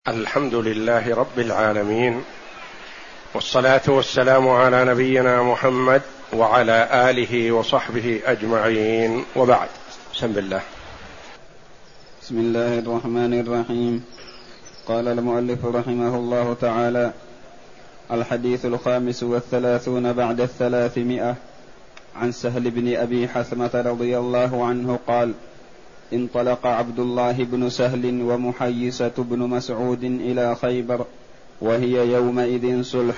الحمد لله رب العالمين، والصلاة والسلام على نبينا محمد وعلى آله وصحبه أجمعين، وبعد. بسم الله. بسم الله الرحمن الرحيم. قال المؤلف رحمه الله تعالى: الحديث 35 بعد 300. عن سهل بن أبي حثمة رضي الله عنه قال: انطلق عبد الله بن سهل ومحيصة بن مسعود إلى خيبر، وهي يومئذ صلح،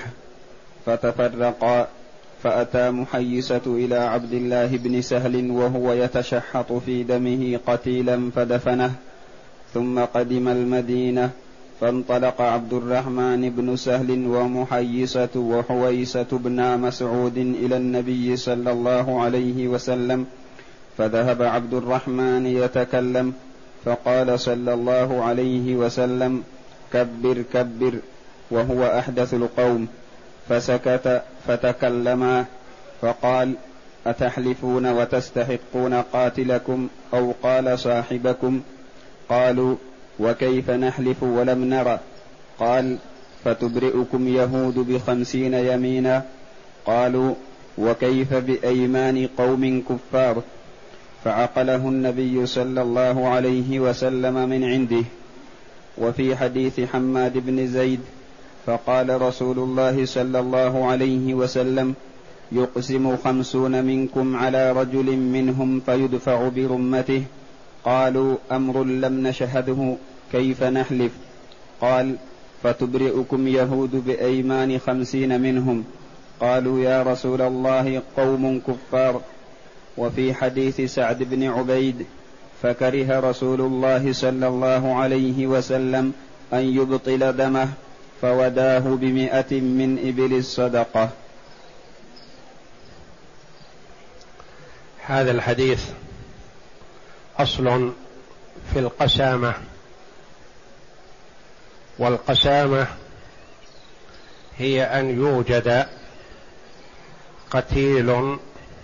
فتفرقا، فأتى محيصة إلى عبد الله بن سهل وهو يتشحط في دمه قتيلا فدفنه، ثم قدم المدينة، فانطلق عبد الرحمن بن سهل ومحيصة وحويصة بن مسعود إلى النبي صلى الله عليه وسلم، فذهب عبد الرحمن يتكلم، فقال صلى الله عليه وسلم: كبر كبر، وهو أحدث القوم، فسكت، فتكلما، فقال: أتحلفون وتستحقون قاتلكم أو قال صاحبكم؟ قالوا: وكيف نحلف ولم نرى؟ قال: فتبرئكم يهود ب50 يمينا. قالوا: وكيف بأيمان قوم كفار؟ فعقله النبي صلى الله عليه وسلم من عنده. وفي حديث حماد بن زيد: فقال رسول الله صلى الله عليه وسلم: يقسم 50 منكم على رجل منهم فيدفع برمته. قالوا: أمر لم نشهده، كيف نحلف؟ قال: فتبرئكم يهود بأيمان 50 منهم. قالوا: يا رسول الله، قوم كفار. وفي حديث سعد بن عبيد: فكره رسول الله صلى الله عليه وسلم أن يبطل دمه، فوداه ب100 من إبل الصدقة. هذا الحديث أصل في القسامة، والقسامة هي أن يوجد قتيل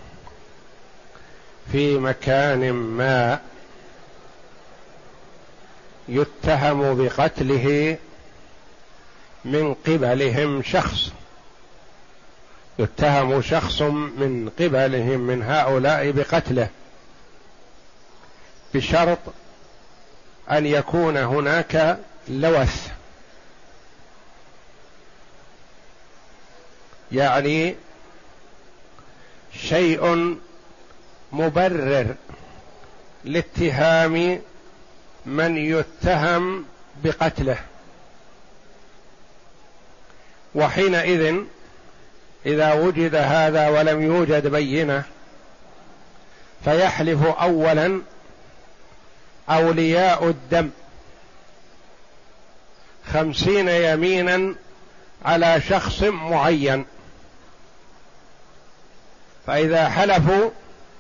في مكان ما يتهم بقتله من قبلهم شخص، يتهم شخص من قبلهم من هؤلاء بقتله، بشرط أن يكون هناك لوث، يعني شيء مبرر لاتهام من يتهم بقتله. وحينئذ إذا وجد هذا ولم يوجد بينة، فيحلف أولا أولياء الدم 50 يمينا على شخص معين، فإذا حلفوا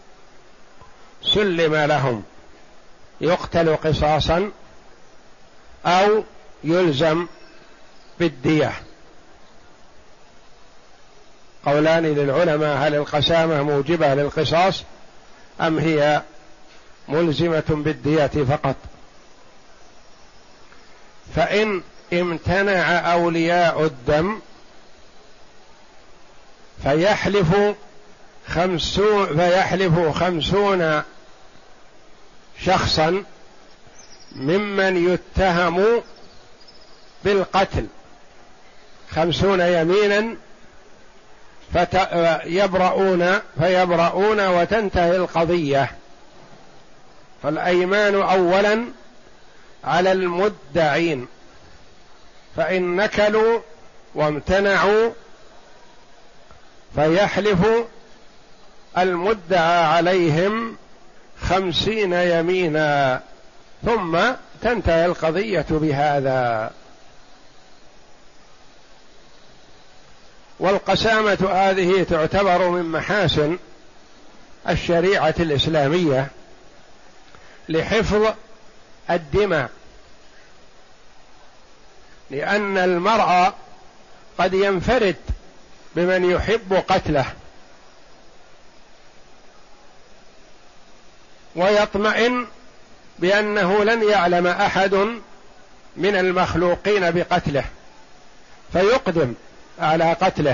سلم لهم، يقتل قصاصا أو يلزم بالدية. قولان للعلماء: هل القسامة موجبة للقصاص أم هي ملزمة بالدية فقط؟ فإن امتنع أولياء الدم فيحلف 50 شخصا ممن يتهم بالقتل، 50 يمينا، فيبرؤون وتنتهي القضية. فالأيمان أولا على المدعين، فإن نكلوا وامتنعوا فيحلف المدعى عليهم 50 يمينا، ثم تنتهي القضية بهذا. والقسامة هذه تعتبر من محاسن الشريعة الإسلامية لحفظ الدماء، لأن المرء قد ينفرد بمن يحب قتله ويطمئن بأنه لن يعلم أحد من المخلوقين بقتله فيقدم على قتله.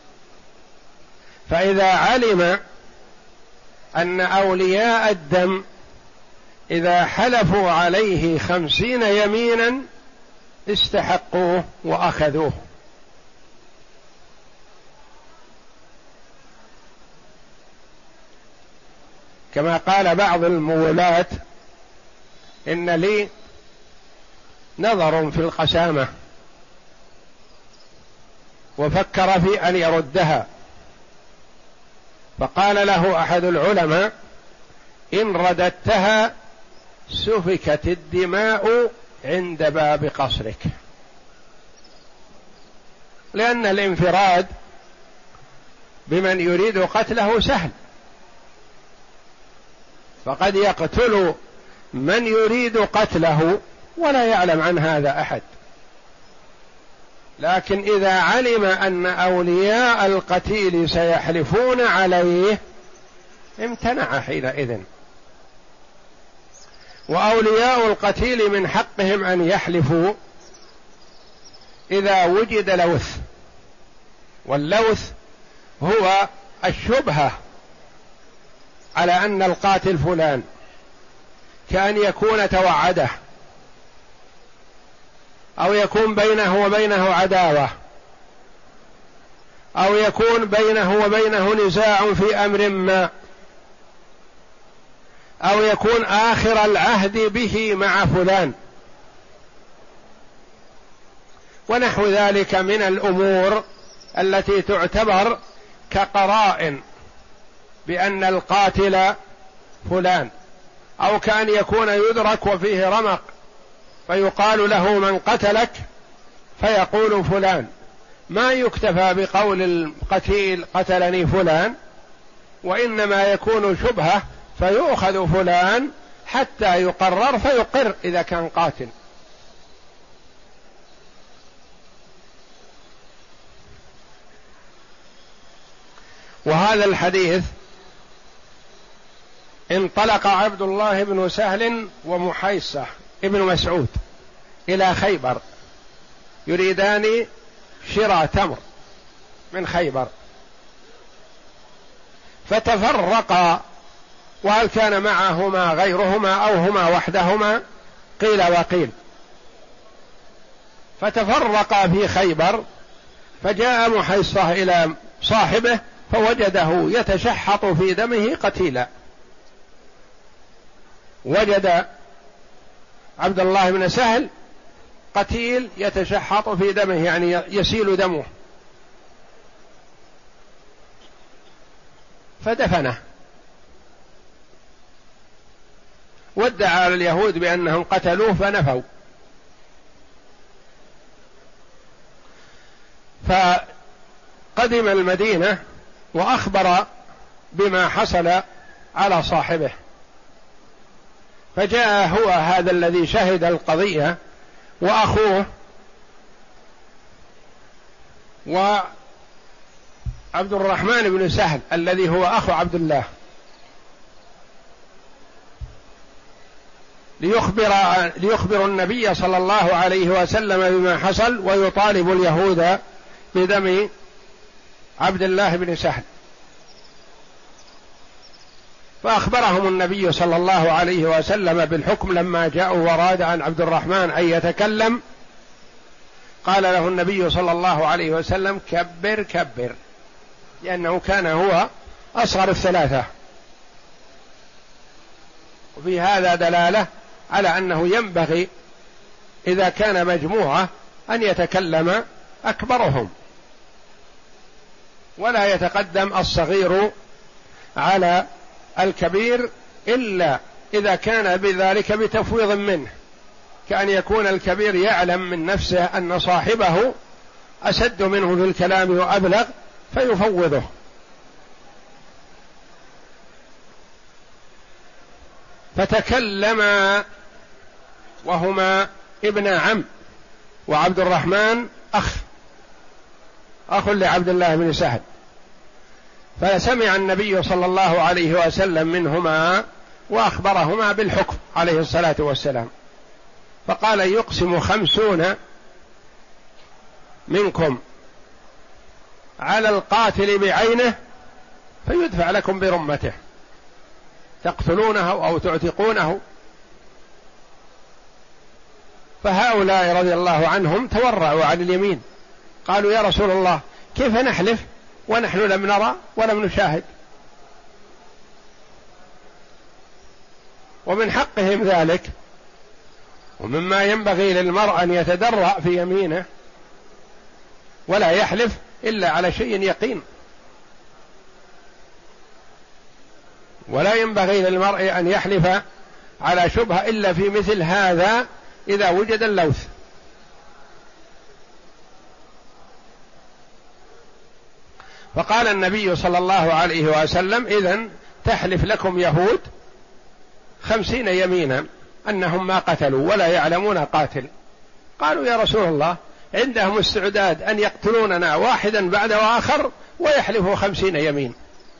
فإذا علم أن أولياء الدم إذا حلفوا عليه 50 يمينا استحقوه وأخذوه. كما قال بعض المولاة: إن لي نظر في القسامة، وفكر في أن يردها، فقال له أحد العلماء: إن رددتها سفكت الدماء عند باب قصرك. لأن الانفراد بمن يريد قتله سهل، فقد يقتل من يريد قتله ولا يعلم عن هذا أحد. لكن إذا علم أن أولياء القتيل سيحلفون عليه امتنع حينئذ. وأولياء القتيل من حقهم أن يحلفوا إذا وجد لوث، واللوث هو الشبهة على أن القاتل فلان، كأن يكون توعده، أو يكون بينه وبينه عداوة، أو يكون بينه وبينه نزاع في أمر ما، أو يكون آخر العهد به مع فلان، ونحو ذلك من الأمور التي تعتبر كقرائن بأن القاتل فلان، أو كأن يكون يدرك وفيه رمق فيقال له: من قتلك؟ فيقول فلان. ما يكتفى بقول القتيل قتلني فلان، وإنما يكون شبهة فيؤخذ فلان حتى يقرر فيقر إذا كان قاتل. وهذا الحديث: انطلق عبد الله بن سهل ومحيصة ابن مسعود إلى خيبر يريدان شراء تمر من خيبر، فتفرقا. وهل كان معهما غيرهما أو هما وحدهما؟ قيل وقيل. فتفرقا في خيبر، فجاء محيصة إلى صاحبه فوجده يتشحط في دمه قتيلا. وجد عبد الله بن سهل قتيل يتشحط في دمه، يعني يسيل دمه، فدفنه، وادعى على اليهود بأنهم قتلوه فنفوا. فقدم المدينة وأخبر بما حصل على صاحبه، فجاء هو هذا الذي شهد القضية وأخوه وعبد الرحمن بن سهل الذي هو أخو عبد الله، ليخبر النبي صلى الله عليه وسلم بما حصل، ويطالب اليهود بدم عبد الله بن سهل. فأخبرهم النبي صلى الله عليه وسلم بالحكم لما جاءوا وراد عن عبد الرحمن أن يتكلم. قال له النبي صلى الله عليه وسلم: كبر كبر، لأنه كان هو أصغر الثلاثة. وفي هذا دلالة على أنه ينبغي إذا كان مجموعة أن يتكلم أكبرهم، ولا يتقدم الصغير على الكبير إلا إذا كان بذلك بتفويض منه، كأن يكون الكبير يعلم من نفسه أن صاحبه أشد منه في الكلام وأبلغ فيفوضه. فتكلما وهما ابن عم، وعبد الرحمن أخ لعبد الله بن سهل. فسمع النبي صلى الله عليه وسلم منهما وأخبرهما بالحكم عليه الصلاة والسلام. فقال يقسم 50 منكم على القاتل بعينه فيدفع لكم برمته، تقتلونه أو تعتقونه. فهؤلاء رضي الله عنهم تورعوا عن اليمين، قالوا يا رسول الله كيف نحلف ونحن لم نرى ولم نشاهد؟ ومن حقهم ذلك، ومما ينبغي للمرء أن يتدرأ في يمينه ولا يحلف إلا على شيء يقين، ولا ينبغي للمرء أن يحلف على شبهة إلا في مثل هذا إذا وجد اللوث. فقال النبي صلى الله عليه وسلم إذن تحلف لكم يهود 50 يمينا أنهم ما قتلوا ولا يعلمون قاتل. قالوا يا رسول الله عندهم استعداد أن يقتلوننا واحدا بعد آخر ويحلفوا 50 يمين،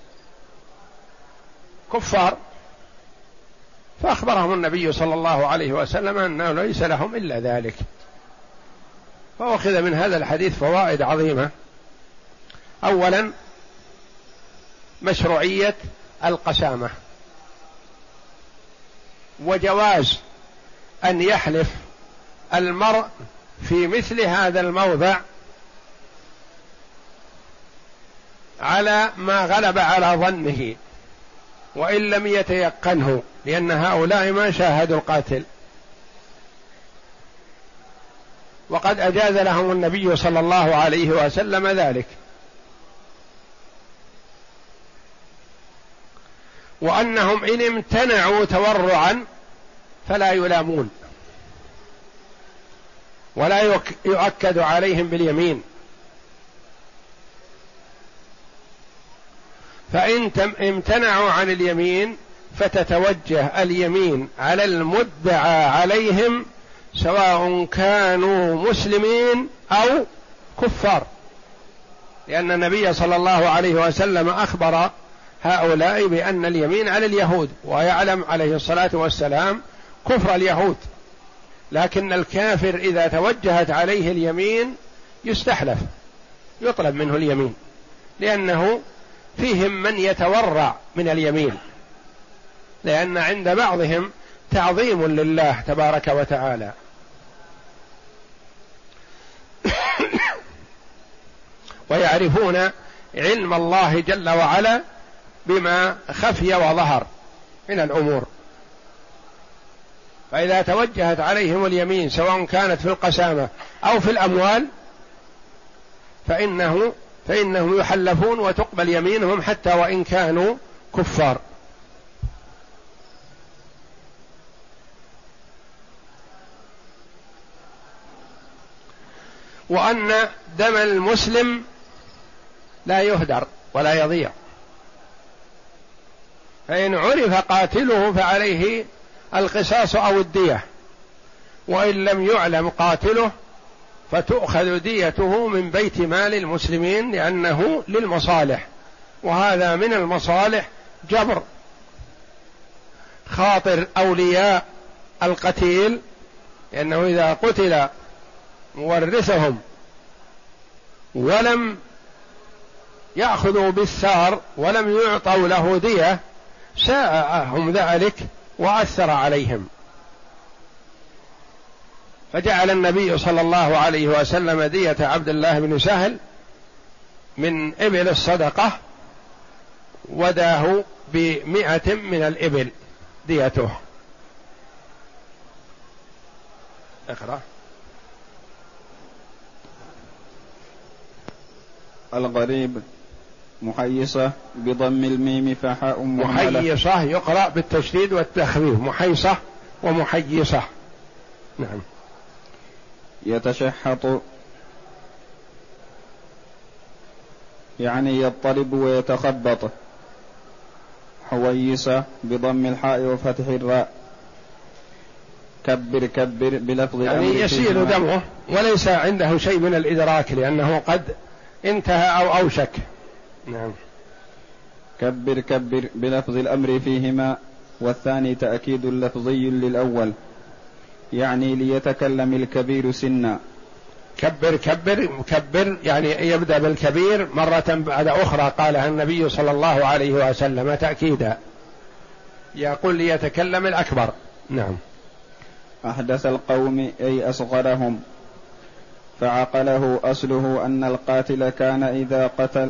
كفار. فأخبرهم النبي صلى الله عليه وسلم أنه ليس لهم إلا ذلك. فأخذ من هذا الحديث فوائد عظيمة. أولا مشروعية القسامة، وجواز أن يحلف المرء في مثل هذا الموضع على ما غلب على ظنه وإن لم يتيقنه، لأن هؤلاء ما شاهدوا القاتل، وقد أجاز لهم النبي صلى الله عليه وسلم ذلك. وأنهم إن امتنعوا تورعا فلا يلامون ولا يؤكد عليهم باليمين، فإن امتنعوا عن اليمين فتتوجه اليمين على المدعى عليهم سواء كانوا مسلمين أو كفار، لأن النبي صلى الله عليه وسلم أخبر هؤلاء بأن اليمين على اليهود، ويعلم عليه الصلاة والسلام كفر اليهود، لكن الكافر إذا توجهت عليه اليمين يستحلف، يطلب منه اليمين، لأنه فيهم من يتورع من اليمين، لأن عند بعضهم تعظيم لله تبارك وتعالى. ويعرفون علم الله جل وعلا بما خفي وظهر من الأمور، فإذا توجهت عليهم اليمين سواء كانت في القسامة أو في الأموال فإنهم يحلفون وتقبل يمينهم حتى وإن كانوا كفار. وأن دم المسلم لا يهدر ولا يضيع، فإن عرف قاتله فعليه القصاص أو الدية، وإن لم يعلم قاتله فتؤخذ ديته من بيت مال المسلمين، لأنه للمصالح، وهذا من المصالح جبر خاطر أولياء القتيل، لأنه إذا قتل مورثهم ولم يأخذوا بالثار ولم يعطوا له دية ساءهم ذلك وأثر عليهم. فجعل النبي صلى الله عليه وسلم دية عبد الله بن سهل من إبل الصدقة، وداه ب100 من الإبل ديته. اقرأ. الغريب محيصة بضم الميم فحاء مهملة. محيصة يقرأ بالتشديد والتخفيف، محيصة ومحيصة. نعم. يتشحط يعني يضطرب ويتخبط. حويصة بضم الحاء وفتح الراء. كبر كبر بلفظ يعني يسيل دمه وليس عنده شيء من الإدراك، لأنه قد انتهى أو أوشك. نعم. كبر كبر بلفظ الأمر فيهما، والثاني تأكيد لفظي للأول. يعني ليتكلم الكبير سنا. كبر كبر كبر يعني يبدأ بالكبير مرة بعد أخرى، قالها النبي صلى الله عليه وسلم تأكيدا، يقول ليتكلم الأكبر. نعم. أحدث القوم أي أصغرهم، فعقله أصله أن القاتل كان إذا قتل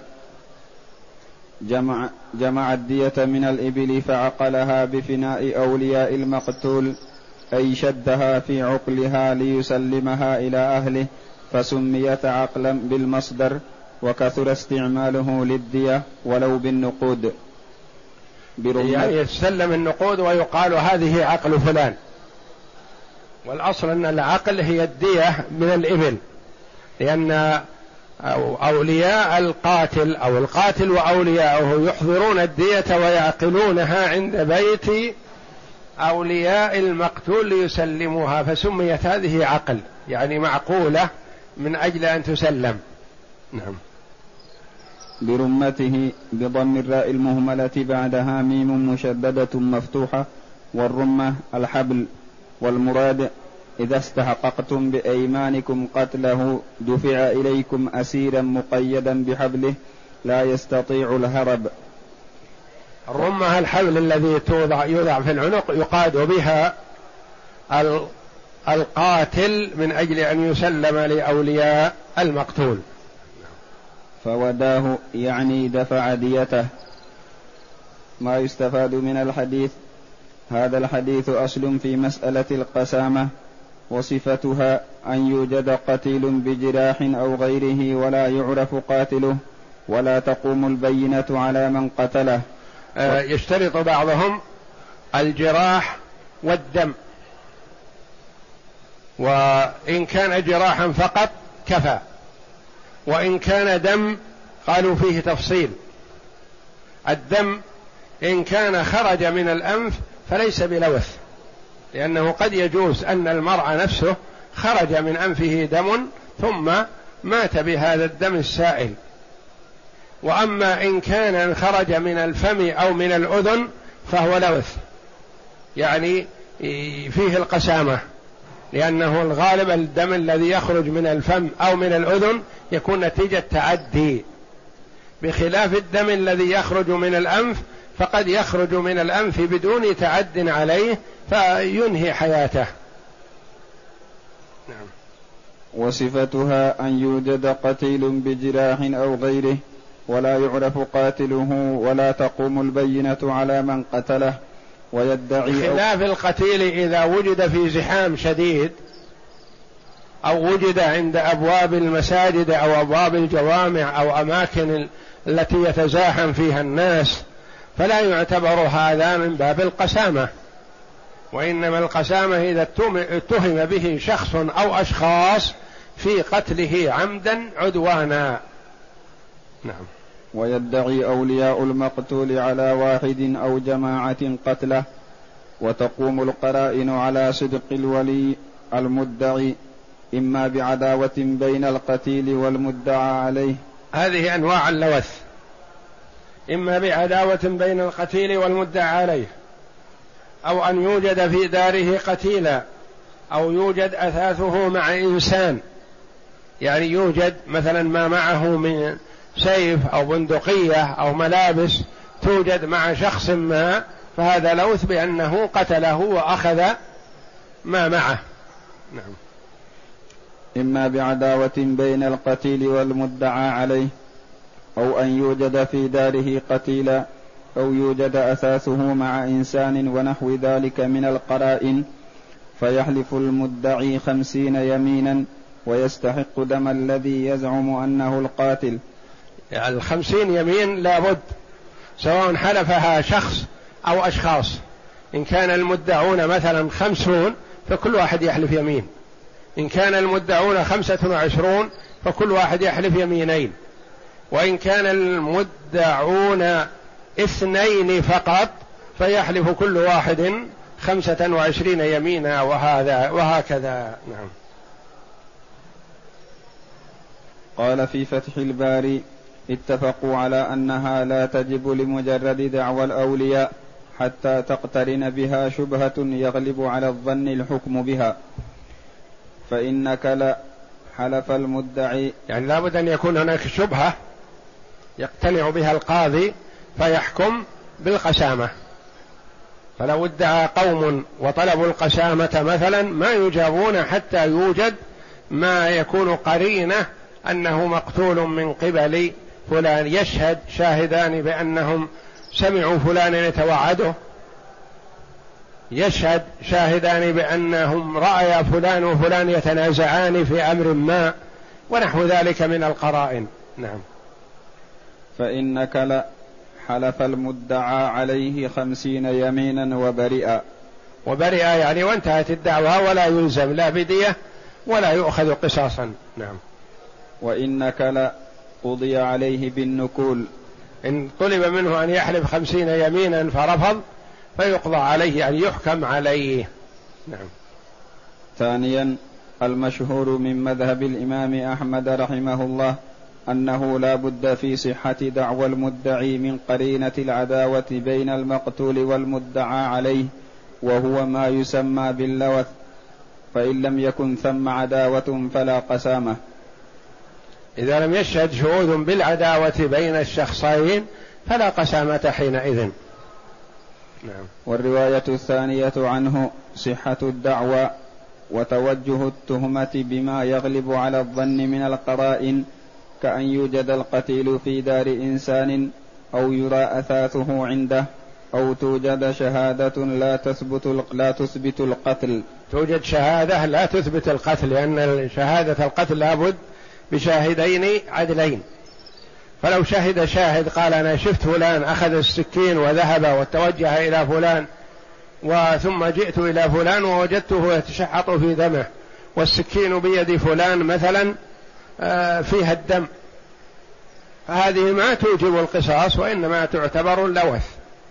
جمع الدية من الإبل فعقلها بفناء أولياء المقتول، أي شدها في عقلها ليسلمها إلى أهله، فسميت عقلا بالمصدر، وكثر استعماله للدية ولو بالنقود. يعني يسلم النقود ويقال هذه عقل فلان، والأصل أن العقل هي الدية من الإبل، لأن أولياء القاتل أو القاتل وأولياؤه يحضرون الدية ويعقلونها عند بيت أولياء المقتول ليسلموها، فسميت هذه عقل يعني معقولة من أجل أن تسلم. نعم. برمته بضم الراء المهملة بعدها ميم مشددة مفتوحة، والرمة الحبل، والمراد إذا استحققتم بأيمانكم قتله دفع إليكم أسيرا مقيدا بحبله لا يستطيع الهرب. الرمة الحبل الذي يوضع في العنق يقاد بها القاتل من أجل أن يسلم لأولياء المقتول. فوداه يعني دفع ديته. ما يستفاد من الحديث: هذا الحديث أصل في مسألة القسامة، وصفتها أن يوجد قتيل بجراح أو غيره ولا يعرف قاتله، ولا تقوم البينة على من قتله. يشترط بعضهم الجراح والدم، وإن كان جراحا فقط كفى، وإن كان دم قالوا فيه تفصيل. الدم إن كان خرج من الأنف فليس بلوث، لأنه قد يجوز أن المرء نفسه خرج من أنفه دم ثم مات بهذا الدم السائل. وأما إن كان خرج من الفم أو من الأذن فهو لوث، يعني فيه القسامة، لأنه الغالب الدم الذي يخرج من الفم أو من الأذن يكون نتيجة تعدي، بخلاف الدم الذي يخرج من الأنف فقد يخرج من الأنف بدون تعد عليه فينهي حياته. نعم. وصفتها أن يوجد قتيل بجراح أو غيره ولا يعرف قاتله، ولا تقوم البينة على من قتله، ويدعي خلاف القتيل إذا وجد في زحام شديد أو وجد عند أبواب المساجد أو أبواب الجوامع أو أماكن التي يتزاحم فيها الناس، فلا يعتبر هذا من باب القسامة، وإنما القسامة إذا اتهم به شخص أو أشخاص في قتله عمدا عدوانا. نعم. ويدعي أولياء المقتول على واحد أو جماعة قتله، وتقوم القرائن على صدق الولي المدعي، إما بعداوة بين القتيل والمدعى عليه. هذه أنواع اللوث، إما بعداوة بين القتيل والمدعى عليه، أو أن يوجد في داره قتيلا، أو يوجد أثاثه مع إنسان، يعني يوجد مثلا ما معه من سيف أو بندقية أو ملابس توجد مع شخص ما، فهذا لوث بأنه قتله وأخذ ما معه. نعم. إما بعداوة بين القتيل والمدعى عليه، أو أن يوجد في داره قتيلا، أو يوجد أثاثه مع إنسان ونحو ذلك من القرائن، فيحلف المدعي 50 يمينا ويستحق دم الذي يزعم أنه القاتل. يعني 50 يمين لابد، سواء حلفها شخص أو أشخاص. إن كان المدعون مثلا 50 فكل واحد يحلف يمين، إن كان المدعون 25 فكل واحد يحلف يمينين، وإن كان المدعون 2 فقط فيحلف كل واحد 25 يمينا، وهكذا. نعم. قال في فتح الباري: اتفقوا على أنها لا تجب لمجرد دعوى الأولياء حتى تقترن بها شبهة يغلب على الظن الحكم بها، فإنك لا حلف المدعي. يعني لابد أن يكون هناك شبهة يقتنع بها القاضي فيحكم بالقسامة. فلو ادعى قوم وطلبوا القسامة مثلا ما يجابون حتى يوجد ما يكون قرينة أنه مقتول من قبل فلان، يشهد شاهدان بأنهم سمعوا فلان يتوعده، يشهد شاهدان بأنهم رأيا فلان وفلان يتنازعان في أمر ما ونحو ذلك من القرائن. نعم. فإنك لا حلف المدعى عليه 50 يمينا وبرئا يعني وانتهت الدعوة ولا يلزم لا بدية ولا يؤخذ قصاصا. نعم. وإنك لا قضي عليه بالنكول، إن طلب منه أن يحلف 50 يمينا فرفض فيقضى عليه يعني يحكم عليه. نعم. ثانيا المشهور من مذهب الإمام أحمد رحمه الله أنه لا بد في صحة دعوى المدعي من قرينة العداوة بين المقتول والمدعى عليه، وهو ما يسمى باللوث، فإن لم يكن ثم عداوة فلا قسامة. إذا لم يشهد شهود بالعداوة بين الشخصين فلا قسامة حينئذ. نعم. والرواية الثانية عنه صحة الدعوى وتوجه التهمة بما يغلب على الظن من القرائن، كأن يوجد القتيل في دار إنسان أو يرى أثاثه عنده أو توجد شهادة لا تثبت القتل. توجد شهادة لا تثبت القتل، لأن شهادة القتل لابد بشاهدين عدلين. فلو شهد شاهد قال أنا شفت فلان أخذ السكين وذهب وتوجه إلى فلان وثم جئت إلى فلان ووجدته يتشحط في دمه والسكين بيد فلان مثلا فيها الدم، هذه ما توجب القصاص وإنما تعتبر اللوث.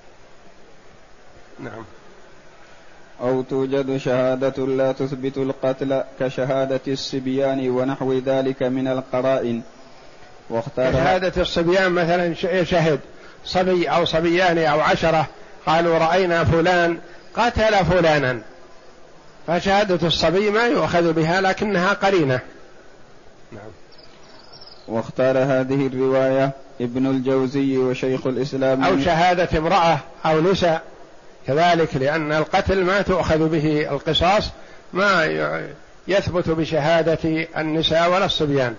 نعم. أو توجد شهادة لا تثبت القتل كشهادة الصبيان ونحو ذلك من القرائن. شهادة الصبيان مثلا شهد صبي أو صبيان أو 10 قالوا رأينا فلان قتل فلانا، فشهادة الصبي ما يؤخذ بها لكنها قرينة. نعم. واختار هذه الرواية ابن الجوزي وشيخ الإسلام. أو شهادة امرأة أو نساء كذلك، لأن القتل ما تؤخذ به القصاص، ما يثبت بشهادة النساء ولا الصبيان.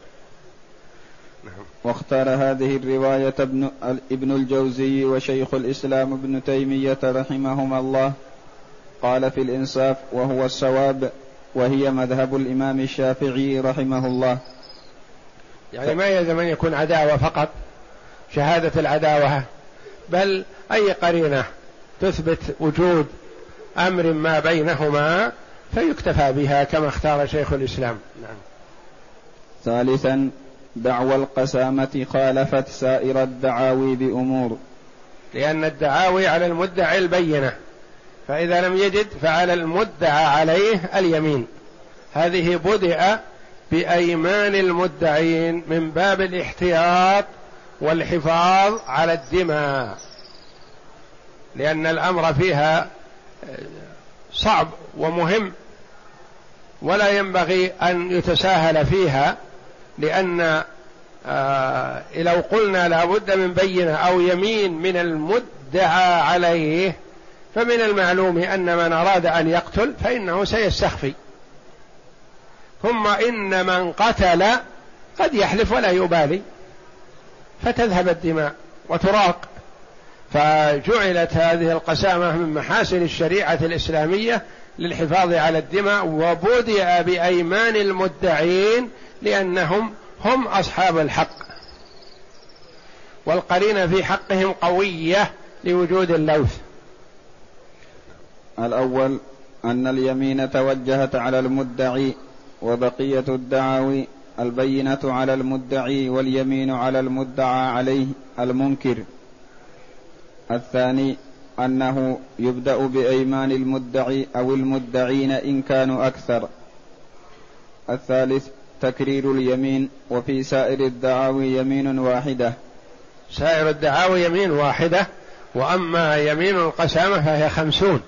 واختار هذه الرواية ابن الجوزي وشيخ الإسلام ابن تيمية رحمهما الله. قال في الإنصاف وهو الصواب، وهي مذهب الإمام الشافعي رحمه الله. يعني ما يلزم أن يكون عداوة فقط شهادة العداوة، بل أي قرينة تثبت وجود أمر ما بينهما فيكتفى بها كما اختار شيخ الإسلام. نعم. ثالثا دعوى القسامة خالفت سائر الدعاوي بأمور، لأن الدعاوي على المدعي البينة، فإذا لم يجد فعلى المدعى عليه اليمين. هذه بدأ بأيمان المدعين من باب الاحتياط والحفاظ على الدماء، لأن الأمر فيها صعب ومهم ولا ينبغي أن يتساهل فيها، لأن لو قلنا لا بد من بينة أو يمين من المدعى عليه فمن المعلوم أن من أراد أن يقتل فإنه سيستخفي، ثم إن من قتل قد يحلف ولا يبالي فتذهب الدماء وتراق. فجعلت هذه القسامة من محاسن الشريعة الإسلامية للحفاظ على الدماء، وبدأ بأيمان المدعين لأنهم هم أصحاب الحق، والقرينة في حقهم قوية لوجود اللوث. الأول أن اليمين توجهت على المدعي، وبقية الدعاوي البينة على المدعي واليمين على المدعى عليه المنكر. الثاني أنه يبدأ بأيمان المدعي أو المدعين إن كانوا أكثر. الثالث تكرير اليمين، وفي سائر الدعاوي يمين واحدة. سائر الدعاوي يمين واحدة، وأما يمين القسامة فهي 50.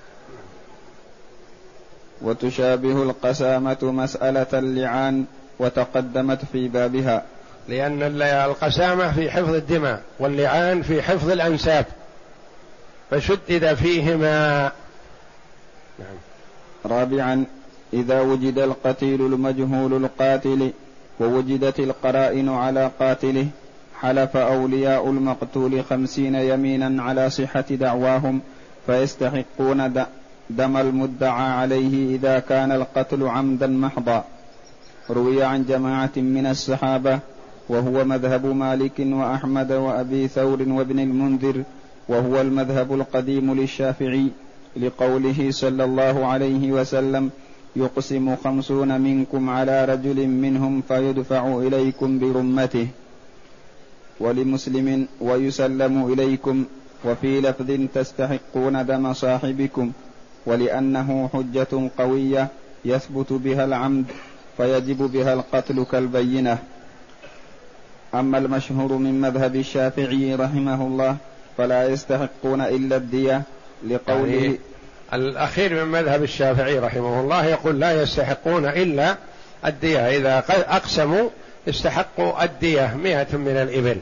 وتشابه القسامة مسألة اللعان وتقدمت في بابها، لأن القسامة في حفظ الدماء واللعان في حفظ الأنساب فشدد فيهما. نعم. رابعا إذا وجد القتيل المجهول القاتل ووجدت القرائن على قاتله حلف أولياء المقتول 50 يمينا على صحة دعواهم فيستحقون دم المدعى عليه إذا كان القتل عمدا محضا. روي عن جماعة من الصحابة وهو مذهب مالك وأحمد وأبي ثور وابن المنذر، وهو المذهب القديم للشافعي، لقوله صلى الله عليه وسلم: يقسم 50 منكم على رجل منهم فيدفع إليكم برمته. ولمسلم: ويسلم إليكم، وفي لفظ: تستحقون دم صاحبكم، ولأنه حجة قوية يثبت بها العمد فيجب بها القتل كالبينة. أما المشهور من مذهب الشافعي رحمه الله فلا يستحقون إلا الدية، لقوله يعني الأخير من مذهب الشافعي رحمه الله يقول لا يستحقون إلا الدية، إذا أقسموا استحقوا الدية 100 من الإبل،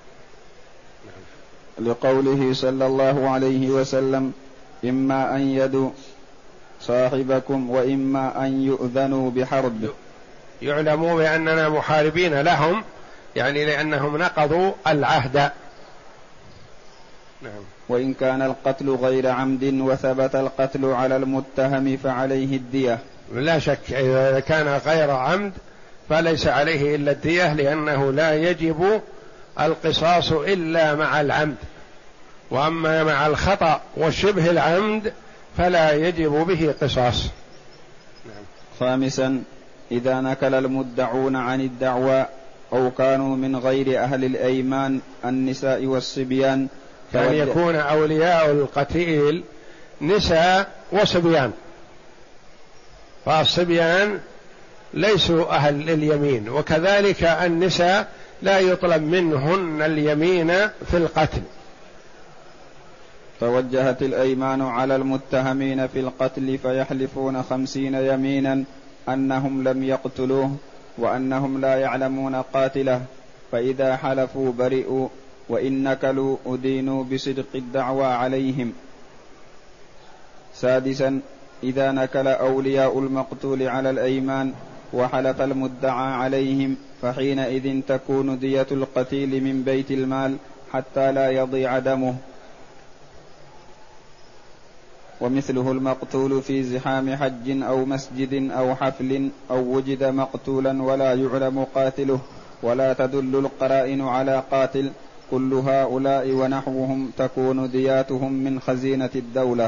لقوله صلى الله عليه وسلم: إما أن يدوا صاحبكم وإما أن يؤذنوا بحرب، يعلموا بأننا محاربين لهم، يعني لأنهم نقضوا العهد. نعم. وإن كان القتل غير عمد وثبت القتل على المتهم فعليه الدية. لا شك إذا كان غير عمد فليس عليه إلا الدية، لأنه لا يجب القصاص إلا مع العمد، وأما مع الخطأ وشبه العمد فلا يجب به قصاص. نعم. خامسا إذا نكل المدعون عن الدعوى أو كانوا من غير أهل الأيمان النساء والصبيان، كان يكون أولياء القتيل نساء وصبيان، فالصبيان ليسوا أهل اليمين، وكذلك النساء لا يطلب منهن اليمين في القتل. توجهت الأيمان على المتهمين في القتل فيحلفون 50 يمينا أنهم لم يقتلوه وأنهم لا يعلمون قاتله، فإذا حلفوا برئوا، وإن نكلوا أدينوا بصدق الدعوى عليهم. سادسا إذا نكل أولياء المقتول على الأيمان وحلف المدعى عليهم فحينئذ تكون دية القتيل من بيت المال حتى لا يضيع دمه. ومثله المقتول في زحام حج أو مسجد أو حفل أو وجد مقتولا ولا يعلم قاتله ولا تدل القرائن على قاتل، كل هؤلاء ونحوهم تكون دياتهم من خزينة الدولة.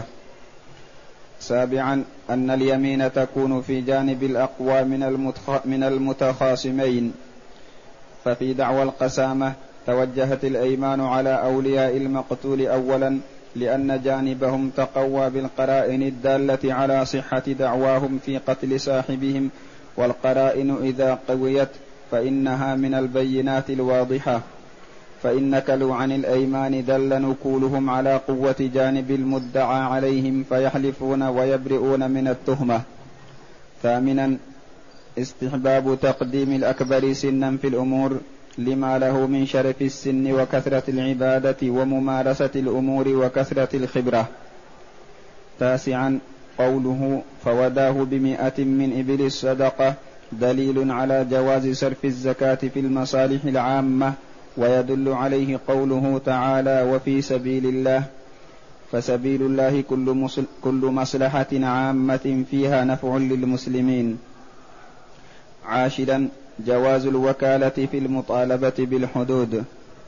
سابعا أن اليمين تكون في جانب الأقوى من المتخاصمين، ففي دعوى القسامة توجهت الأيمان على أولياء المقتول أولا، لأن جانبهم تقوى بالقرائن الدالة على صحة دعواهم في قتل صاحبهم، والقرائن إذا قويت فإنها من البينات الواضحة، فإن نكلوا عن الأيمان دل نكولهم على قوة جانب المدعى عليهم فيحلفون ويبرئون من التهمة. ثامنا استحباب تقديم الأكبر سنا في الأمور لما له من شرف السن وكثرة العبادة وممارسة الأمور وكثرة الخبرة. تاسعا قوله فوداه ب100 من إبل الصدقة دليل على جواز صرف الزكاة في المصالح العامة، ويدل عليه قوله تعالى وفي سبيل الله، فسبيل الله كل مصلحة عامة فيها نفع للمسلمين. عاشرا جواز الوكالة في المطالبة بالحدود.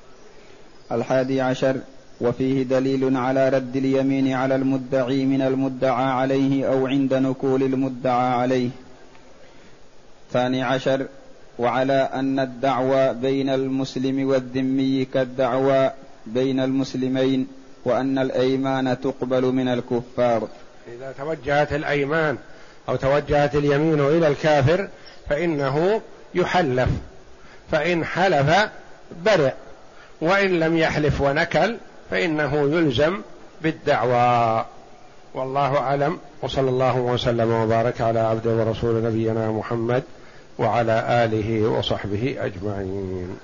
11 وفيه دليل على رد اليمين على المدعي من المدعى عليه أو عند نكول المدعى عليه. 12 وعلى أن الدعوى بين المسلم والذمي كالدعوى بين المسلمين، وأن الأيمان تقبل من الكفار. إذا توجهت الأيمان أو توجهت اليمين إلى الكافر فإنه يحلف، فإن حلف برئ، وإن لم يحلف ونكل فإنه يلزم بالدعوى. والله أعلم، وصلى الله وسلم وبارك على عبده ورسول نبينا محمد وعلى آله وصحبه أجمعين.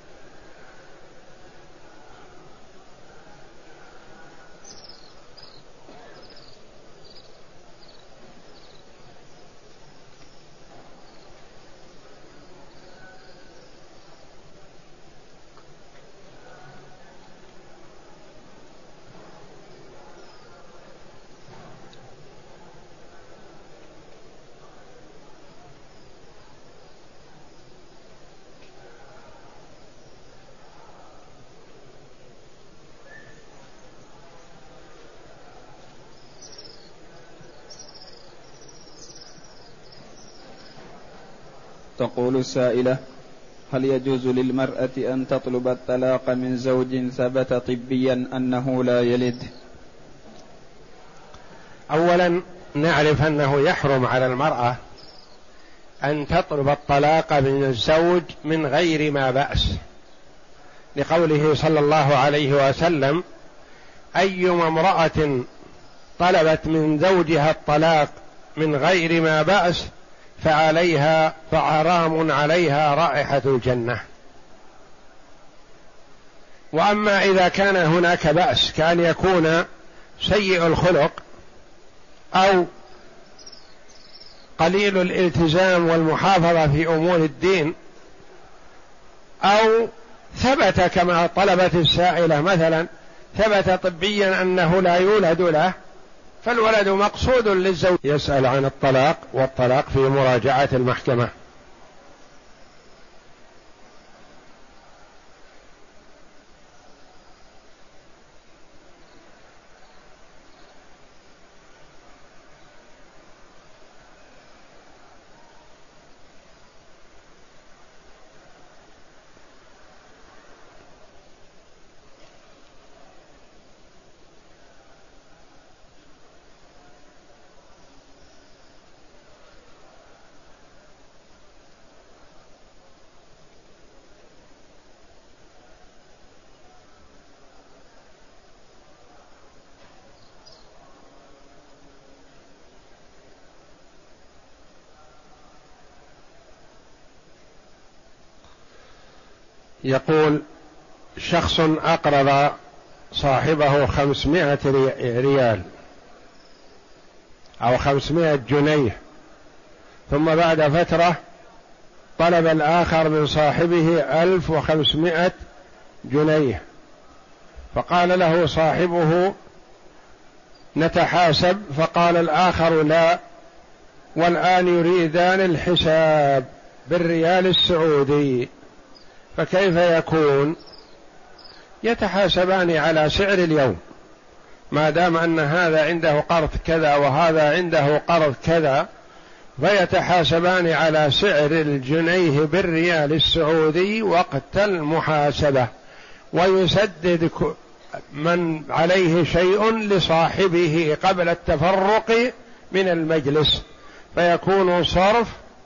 تقول السائلة: هل يجوز للمرأة أن تطلب الطلاق من زوج ثبت طبيا أنه لا يلد؟ أولا نعرف أنه يحرم على المرأة أن تطلب الطلاق من الزوج من غير ما بأس، لقوله صلى الله عليه وسلم: أيما امرأة طلبت من زوجها الطلاق من غير ما بأس فحرام عليها رائحة الجنة. وأما إذا كان هناك بأس، كان يكون سيء الخلق أو قليل الالتزام والمحافظة في أمور الدين، أو ثبت كما طلبت السائلة مثلا ثبت طبيا أنه لا يولد له، فالولد مقصود للزوج، يسأل عن الطلاق، والطلاق في مراجعة المحكمة. يقول: شخص أقرض صاحبه 500 ريال أو 500 جنيه، ثم بعد فترة طلب الآخر من صاحبه 1500 جنيه، فقال له صاحبه: نتحاسب، فقال الآخر: لا، والآن يريدان الحساب بالريال السعودي، فكيف يكون؟ يتحاسبان على سعر اليوم، ما دام أن هذا عنده قرض كذا وهذا عنده قرض كذا، فيتحاسبان على سعر الجنيه بالريال السعودي وقت المحاسبة، ويسدد من عليه شيء لصاحبه قبل التفرق من المجلس، فيكون صرف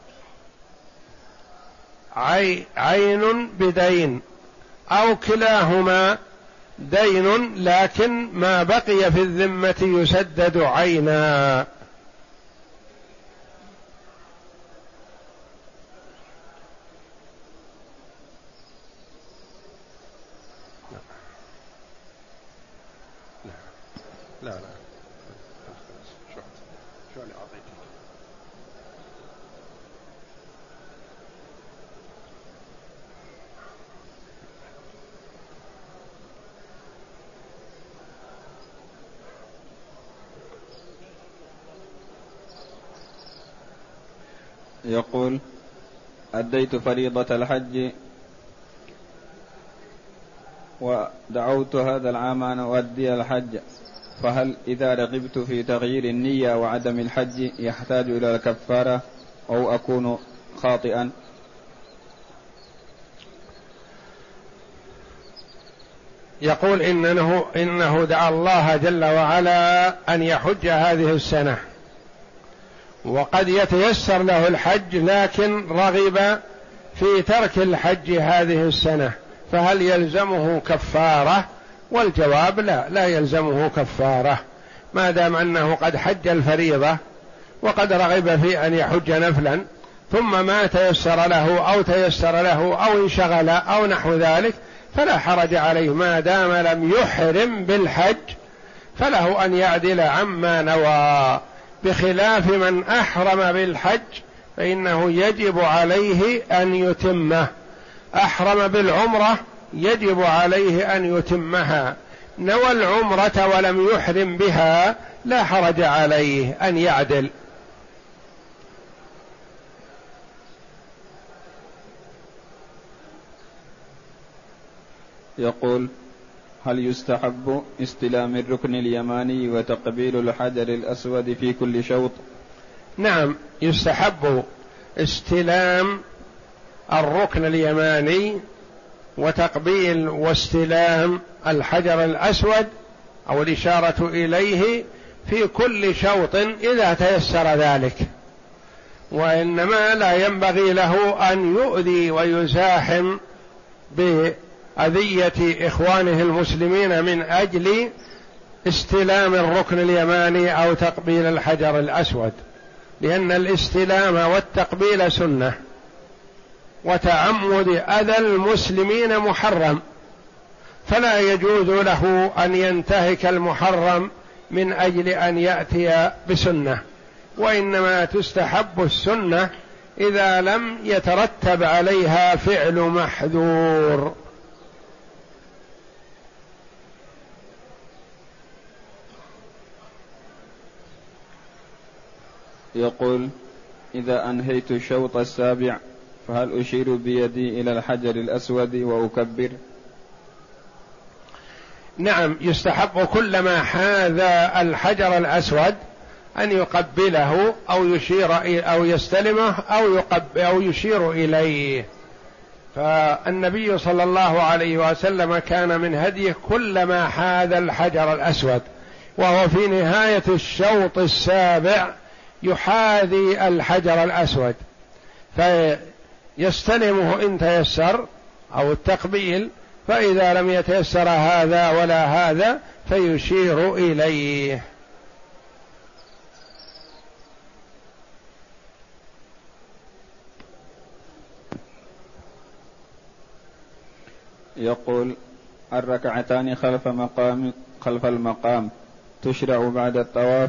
عين بدين، أو كلاهما دين لكن ما بقي في الذمة يسدد عينا. لا شو اللي أعطيك؟ يقول: أديت فريضة الحج ودعوت هذا العام أن أؤدي الحج، فهل إذا رغبت في تغيير النية وعدم الحج يحتاج إلى الكفارة أو أكون خاطئا؟ يقول إنه دعا الله جل وعلا أن يحج هذه السنة، وقد يتيسر له الحج، لكن رغب في ترك الحج هذه السنة، فهل يلزمه كفارة والجواب لا يلزمه كفارة ما دام أنه قد حج الفريضة وقد رغب في أن يحج نفلا ثم ما تيسر له أو تيسر له أو انشغل أو نحو ذلك فلا حرج عليه ما دام لم يحرم بالحج، فله أن يعدل عما نوى، بخلاف من أحرم بالحج فإنه يجب عليه أن يتمه. أحرم بالعمرة يجب عليه أن يتمها، نوى العمرة ولم يحرم بها لا حرج عليه أن يعدل. يقول: هل يستحب استلام الركن اليماني وتقبيل الحجر الأسود في كل شوط؟ نعم، يستحب استلام الركن اليماني وتقبيل واستلام الحجر الأسود أو الإشارة إليه في كل شوط إذا تيسر ذلك، وإنما لا ينبغي له أن يؤذي ويزاحم بأذية إخوانه المسلمين من أجل استلام الركن اليماني أو تقبيل الحجر الأسود، لأن الاستلام والتقبيل سنة، وتعمد أذى المسلمين محرم، فلا يجوز له أن ينتهك المحرم من أجل أن يأتي بسنة، وإنما تستحب السنة إذا لم يترتب عليها فعل محذور. يقول: إذا أنهيت الشوط السابع فهل أشير بيدي إلى الحجر الأسود وأكبر؟ نعم، يستحب كلما حاذى الحجر الأسود أن يقبله أو يشير أو يستلمه أو يشير إليه. فالنبي صلى الله عليه وسلم كان من هديه كلما حاذى الحجر الأسود، وهو في نهاية الشوط السابع يحاذي الحجر الأسود فيستلمه إن تيسر أو التقبيل، فإذا لم يتيسر هذا ولا هذا فيشير إليه. يقول: الركعتان خلف المقام تشرع بعد الطواف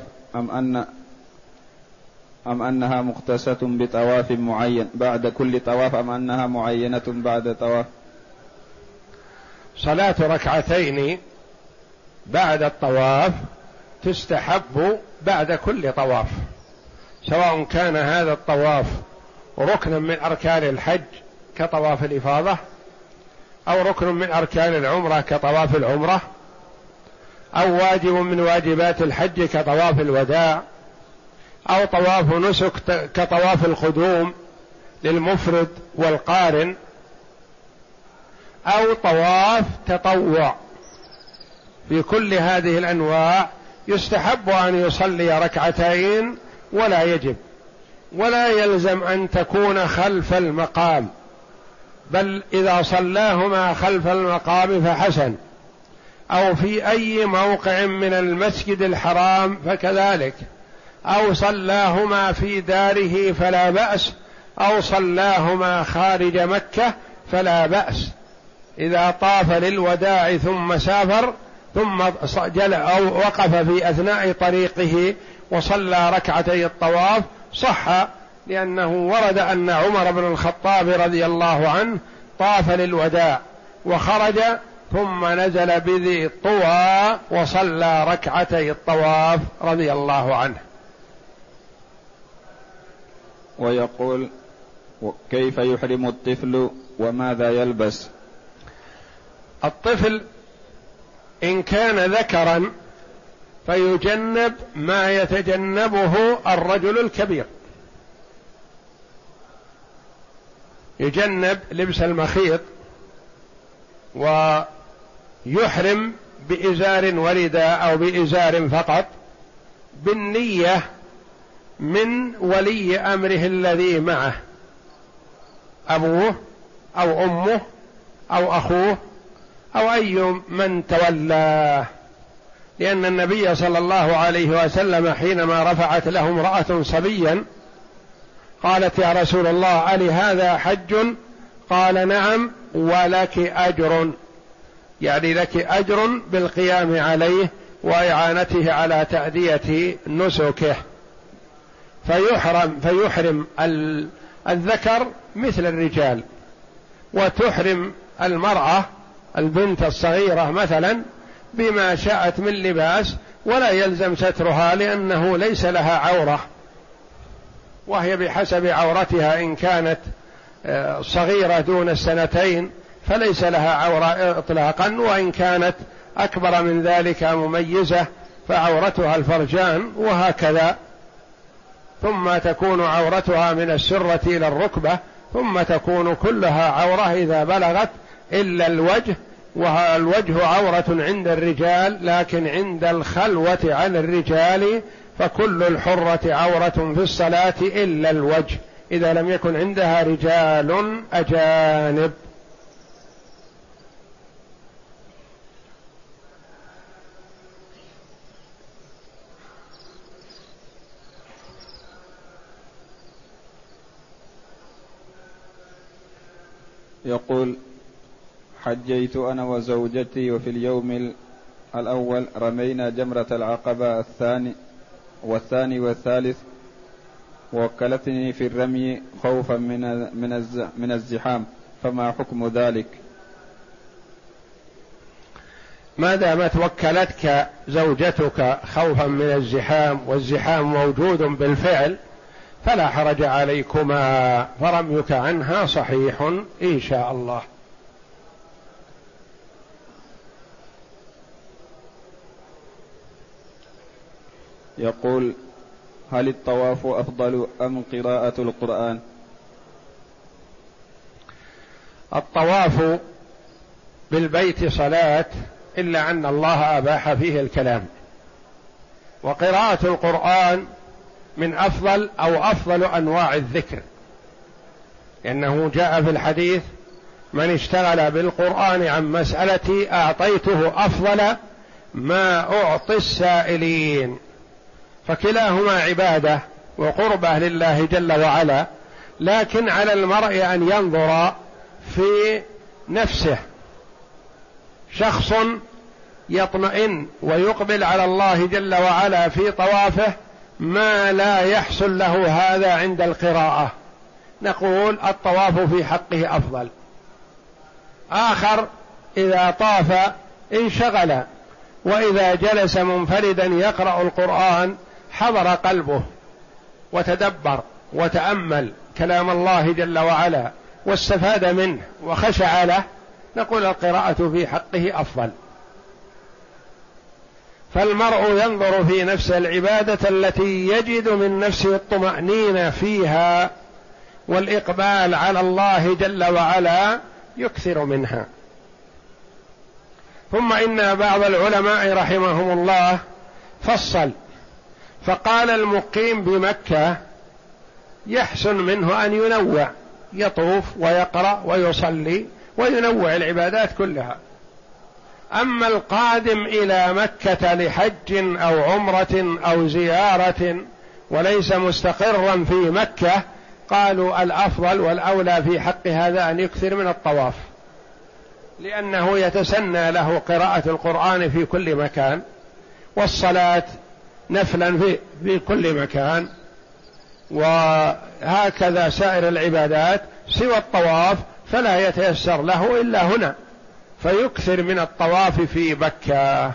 أم أنها مختصة بطواف معين بعد كل طواف، أم أنها معينة بعد طواف؟ صلاة ركعتين بعد الطواف تستحب بعد كل طواف، سواء كان هذا الطواف ركنا من أركان الحج كطواف الإفاضة، أو ركن من أركان العمرة كطواف العمرة، أو واجب من واجبات الحج كطواف الوداع، أو طواف نسك كطواف القدوم للمفرد والقارن، أو طواف تطوع. في كل هذه الأنواع يستحب أن يصلي ركعتين ولا يجب، ولا يلزم أن تكون خلف المقام، بل إذا صلاهما خلف المقام فحسن، أو في أي موقع من المسجد الحرام فكذلك، أو صلاهما في داره فلا بأس، أو صلاهما خارج مكة فلا بأس. إذا طاف للوداع ثم سافر ثم أو وقف في أثناء طريقه وصلى ركعتي الطواف صح، لأنه ورد أن عمر بن الخطاب رضي الله عنه طاف للوداع وخرج ثم نزل بذي طوى وصلى ركعتي الطواف رضي الله عنه. ويقول: كيف يحرم الطفل وماذا يلبس؟ الطفل إن كان ذكرا فيجنب ما يتجنبه الرجل الكبير، يجنب لبس المخيط، ويحرم بإزار ورداء أو بإزار فقط، بالنية من ولي أمره الذي معه، أبوه أو أمه أو أخوه أو أي من تولاه، لأن النبي صلى الله عليه وسلم حينما رفعت له امرأة صبيا قالت: يا رسول الله ألي هذا حج؟ قال: نعم، ولك أجر، يعني لك أجر بالقيام عليه وإعانته على تأدية نسكه. فيحرم الذكر مثل الرجال، وتحرم المرأة البنت الصغيرة مثلا بما شاءت من لباس، ولا يلزم سترها لأنه ليس لها عورة، وهي بحسب عورتها، إن كانت صغيرة دون السنتين فليس لها عورة إطلاقا، وإن كانت أكبر من ذلك مميزة فعورتها الفرجان، وهكذا. ثم تكون عورتها من السرة إلى الركبة، ثم تكون كلها عورة إذا بلغت إلا الوجه، والوجه عورة عند الرجال، لكن عند الخلوة عن الرجال فكل الحرة عورة في الصلاة إلا الوجه، إذا لم يكن عندها رجال أجانب. يقول: حجيت أنا وزوجتي، وفي اليوم الأول رمينا جمرة العقبة والثاني والثالث، ووكلتني في الرمي خوفا من الزحام، فما حكم ذلك؟ ما دامت وكلتك زوجتك خوفا من الزحام، والزحام موجود بالفعل، فلا حرج عليكما، فرميك عنها صحيح إن شاء الله. يقول: هل الطواف أفضل أم قراءة القرآن؟ الطواف بالبيت صلاة، إلا أن الله أباح فيه الكلام، وقراءة القرآن من أفضل أنواع الذكر، لأنه جاء في الحديث: من اشتغل بالقرآن عن مسألتي أعطيته أفضل ما أعطي السائلين. فكلاهما عبادة وقربة لله جل وعلا، لكن على المرء أن ينظر في نفسه. شخص يطمئن ويقبل على الله جل وعلا في طوافه ما لا يحصل له هذا عند القراءة، نقول الطواف في حقه أفضل. آخر إذا طاف انشغل، وإذا جلس منفردا يقرأ القرآن حضر قلبه وتدبر وتأمل كلام الله جل وعلا واستفاد منه وخشع له، نقول القراءة في حقه أفضل. فالمرء ينظر في نفس العبادة التي يجد من نفسه الطمأنينة فيها والإقبال على الله جل وعلا، يكثر منها. ثم إن بعض العلماء رحمهم الله فصل فقال: المقيم بمكة يحسن منه أن ينوع، يطوف ويقرأ ويصلي وينوع العبادات كلها. أما القادم إلى مكة لحج أو عمرة أو زيارة وليس مستقرا في مكة، قالوا الأفضل والأولى في حق هذا أن يكثر من الطواف، لأنه يتسنى له قراءة القرآن في كل مكان، والصلاة نفلا في كل مكان، وهكذا سائر العبادات سوى الطواف فلا يتيسر له إلا هنا، فيكثر من الطواف في مكة.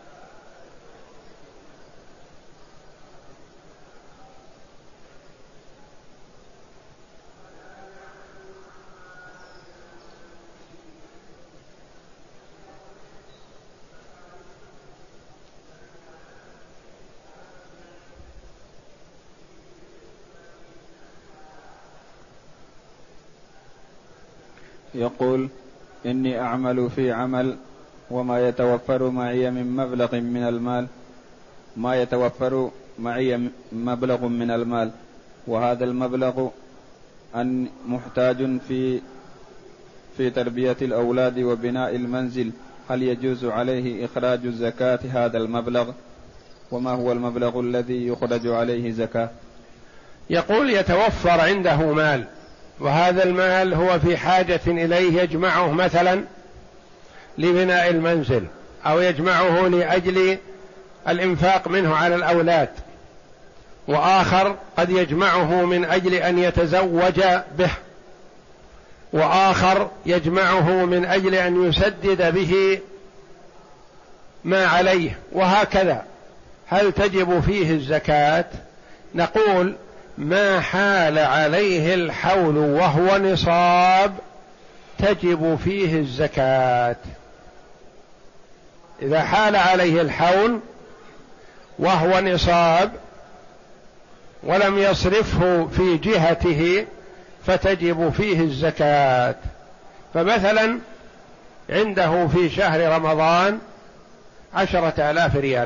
يقول: إني أعمل في عمل وما يتوفر معي من مبلغ من المال، مبلغ من المال، وهذا المبلغ محتاج في تربية الأولاد وبناء المنزل، هل يجوز عليه إخراج الزكاة هذا المبلغ؟ وما هو المبلغ الذي يخرج عليه زكاة؟ يقول يتوفر عنده مال، وهذا المال هو في حاجة إليه، يجمعه مثلا لبناء المنزل، أو يجمعه لأجل الإنفاق منه على الأولاد، وآخر قد يجمعه من أجل أن يتزوج به، وآخر يجمعه من أجل أن يسدد به ما عليه، وهكذا. هل تجب فيه الزكاة؟ نقول ما حال عليه الحول وهو نصاب تجب فيه الزكاة. إذا حال عليه الحول وهو نصاب ولم يصرفه في جهته فتجب فيه الزكاة. فمثلا عنده في شهر رمضان 10,000 ريال،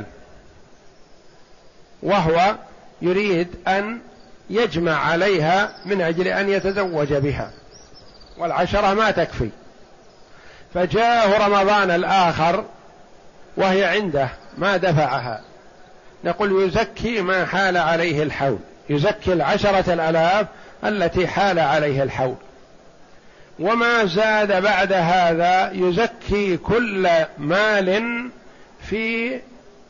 وهو يريد أن يجمع عليها من أجل أن يتزوج بها، والعشرة ما تكفي، فجاءه رمضان الآخر وهي عنده ما دفعها، نقول يزكي ما حال عليه الحول، يزكي 10,000 التي حال عليه الحول، وما زاد بعد هذا يزكي كل مال في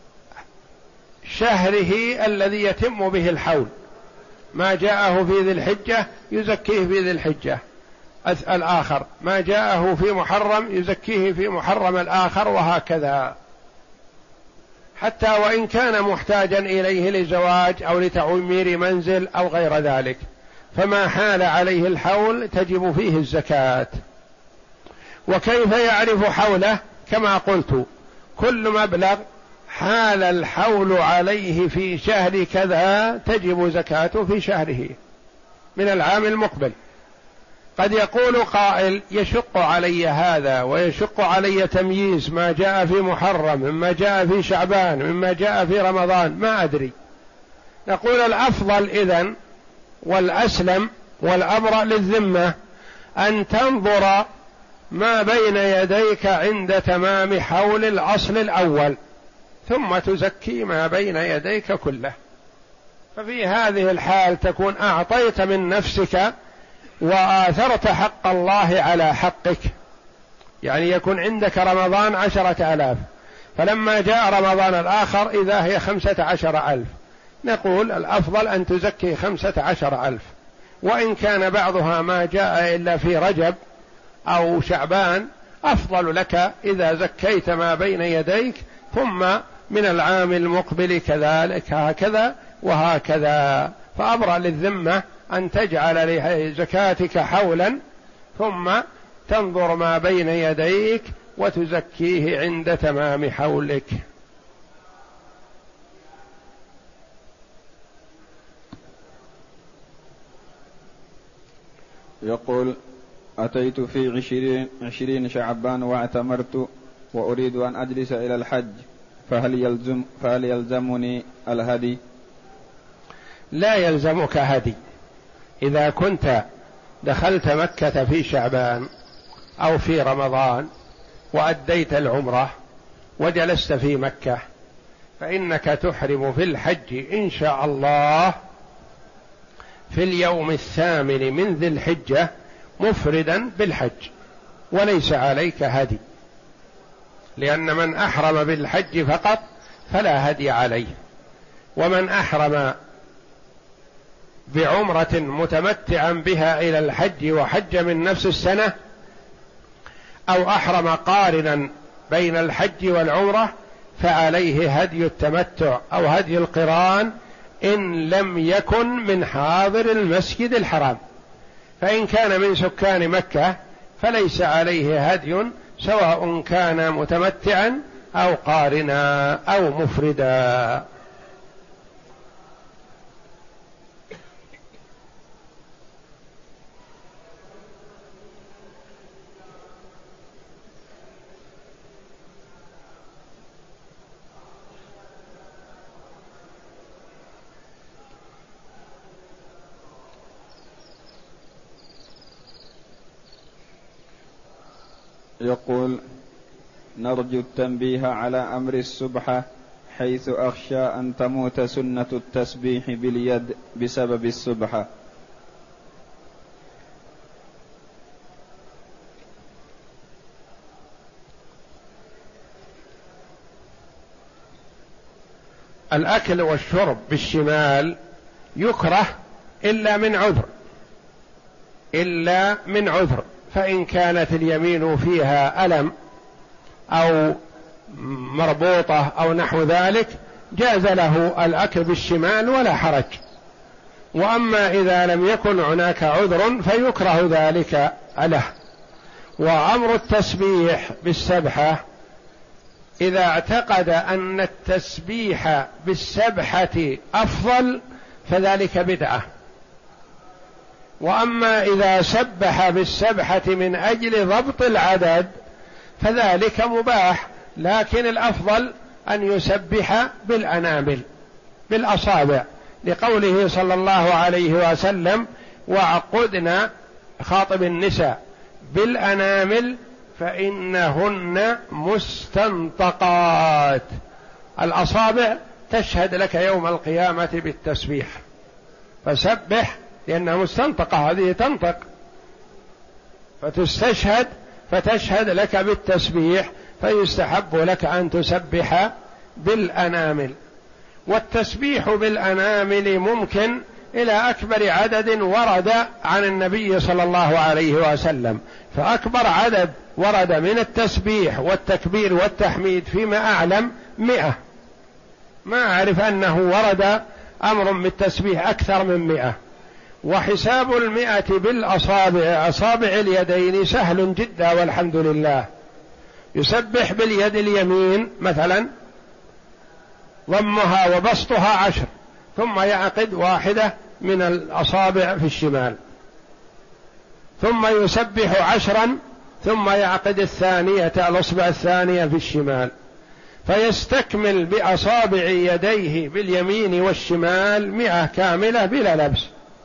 شهره الذي يتم به الحول. ما جاءه في ذي الحجة يزكيه في ذي الحجة الآخر، ما جاءه في محرم يزكيه في محرم الآخر، وهكذا، حتى وإن كان محتاجا إليه لزواج أو لتعمير منزل أو غير ذلك، فما حال عليه الحول تجب فيه الزكاة. وكيف يعرف حوله؟ كما قلت، كل مبلغ حال الحول عليه في شهر كذا تجب زكاته في شهره من العام المقبل. قد يقول قائل يشق علي هذا ويشق علي تمييز ما جاء في محرم مما جاء في شعبان مما جاء في رمضان، ما أدري. نقول الأفضل إذن والأسلم والأبرأ للذمة أن تنظر ما بين يديك عند تمام حول الأصل الأول، ثم تزكي ما بين يديك كله. ففي هذه الحال تكون أعطيت من نفسك وآثرت حق الله على حقك. يعني يكون عندك رمضان 10,000، فلما جاء رمضان الآخر إذا هي 15,000، نقول الأفضل أن تزكي 15,000، وإن كان بعضها ما جاء إلا في رجب أو شعبان أفضل لك إذا زكيت ما بين يديك، ثم من العام المقبل كذلك هكذا وهكذا. فأبرأ للذمة أن تجعل لزكاتك حولا، ثم تنظر ما بين يديك وتزكيه عند تمام حولك. يقول: أتيت في 20 شعبان واعتمرت وأريد أن أجلس إلى الحج، فهل يلزمني الهدي؟ لا يلزمك هدي. إذا كنت دخلت مكة في شعبان أو في رمضان وأديت العمرة وجلست في مكة، فإنك تحرم في الحج إن شاء الله في اليوم 8 من ذي الحجة مفردا بالحج، وليس عليك هدي، لأن من أحرم بالحج فقط فلا هدي عليه. ومن أحرم بعمرة متمتعا بها إلى الحج وحج من نفس السنة، أو أحرم قارنا بين الحج والعمرة، فعليه هدي التمتع أو هدي القران إن لم يكن من حاضر المسجد الحرام. فإن كان من سكان مكة فليس عليه هدي، سواء كان متمتعا أو قارنا أو مفردا. يقول: نرجو التنبيه على أمر السبحة، حيث أخشى أن تموت سنة التسبيح باليد بسبب السبحة. الأكل والشرب بالشمال يكره إلا من عذر، فإن كانت اليمين فيها ألم أو مربوطة أو نحو ذلك جاز له الأكل بالشمال ولا حرج. وأما إذا لم يكن هناك عذر فيكره ذلك له. وأمر التسبيح بالسبحة إذا اعتقد أن التسبيح بالسبحة أفضل فذلك بدعة. وأما إذا سبح بالسبحة من أجل ضبط العدد فذلك مباح، لكن الأفضل أن يسبح بالأنامل بالأصابع، لقوله صلى الله عليه وسلم: وعقدنا، خاطب النساء، بالأنامل فإنهن مستنطقات. الأصابع تشهد لك يوم القيامة بالتسبيح، فسبح لأنها مستنطقة، هذه تنطق فتشهد لك بالتسبيح، فيستحب لك أن تسبح بالأنامل. والتسبيح بالأنامل ممكن إلى أكبر عدد ورد عن النبي صلى الله عليه وسلم، فأكبر عدد ورد من التسبيح والتكبير والتحميد فيما أعلم 100. ما أعرف أنه ورد أمر بالتسبيح أكثر من 100. وحساب 100 بالأصابع، أصابع اليدين سهل جدا والحمد لله. يسبح باليد اليمين مثلا ضمها وبسطها 10، ثم يعقد واحدة من الأصابع في الشمال، ثم يسبح 10، ثم يعقد الأصبع الثانية في الشمال، فيستكمل بأصابع يديه باليمين والشمال 100 كاملة بلا لبس،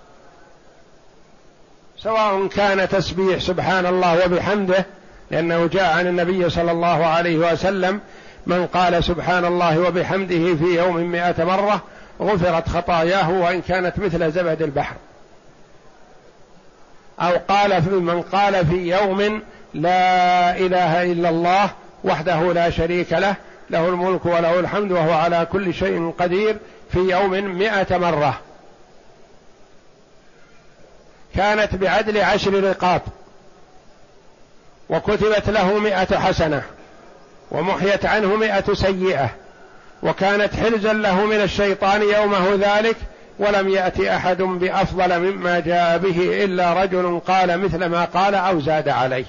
سواء كان تسبيح سبحان الله وبحمده، لأنه جاء عن النبي صلى الله عليه وسلم: من قال سبحان الله وبحمده في يوم 100 مرة غفرت خطاياه وإن كانت مثل زبد البحر. أو من قال في يوم لا إله إلا الله وحده لا شريك له، له الملك وله الحمد وهو على كل شيء قدير، في يوم 100 مرة كانت بعدل 10 رقاب، وكتبت له 100 حسنة، ومحيت عنه 100 سيئة، وكانت حرزا له من الشيطان يومه ذلك، ولم يأتي أحد بأفضل مما جاء به إلا رجل قال مثل ما قال أو زاد عليه.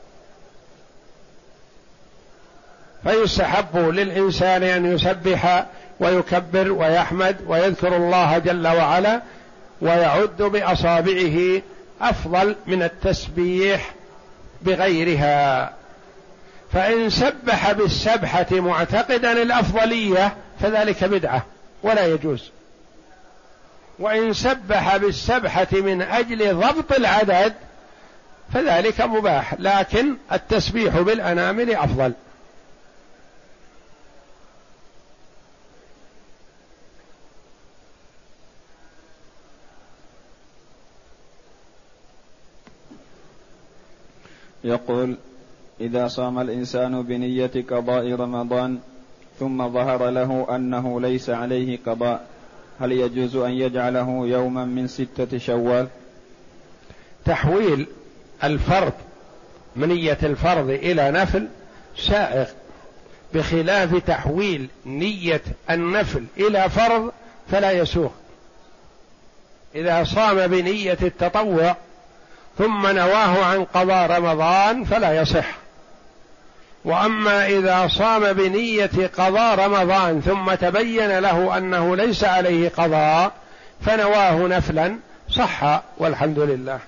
فيستحب للإنسان أن يسبح ويكبر ويحمد ويذكر الله جل وعلا، ويعد بأصابعه أفضل من التسبيح بغيرها. فإن سبح بالسبحة معتقدا الأفضلية فذلك بدعة ولا يجوز، وإن سبح بالسبحة من أجل ضبط العدد فذلك مباح، لكن التسبيح بالأنامل أفضل. يقول: إذا صام الإنسان بنية قضاء رمضان ثم ظهر له أنه ليس عليه قضاء، هل يجوز أن يجعله يوما من 6 شوال؟ تحويل الفرض من نية الفرض إلى نفل سائغ، بخلاف تحويل نية النفل إلى فرض فلا يسوغ. إذا صام بنية التطوع ثم نواه عن قضاء رمضان فلا يصح. وأما إذا صام بنية قضاء رمضان ثم تبين له أنه ليس عليه قضاء فنواه نفلا صح والحمد لله.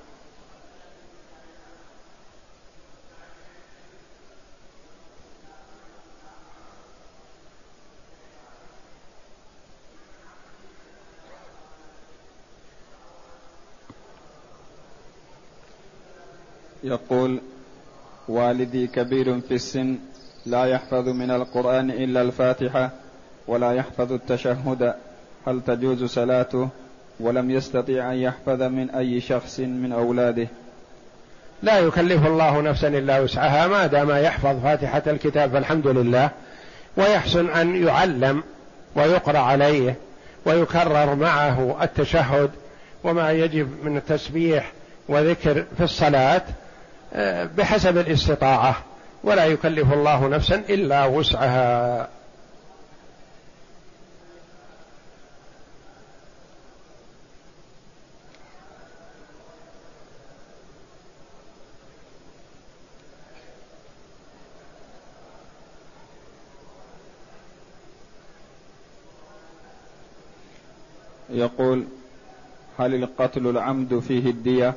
يقول: والدي كبير في السن لا يحفظ من القرآن إلا الفاتحة ولا يحفظ التشهد، هل تجوز صلاته ولم يستطيع أن يحفظ من أي شخص من أولاده؟ لا يكلف الله نفسا إلا وسعها، ما دام يحفظ فاتحة الكتاب فالحمد لله، ويحسن أن يعلم ويقرأ عليه ويكرر معه التشهد وما يجب من التسبيح وذكر في الصلاة بحسب الاستطاعة، ولا يكلف الله نفسا إلا وسعها. يقول: هل القتل العمد فيه الدية؟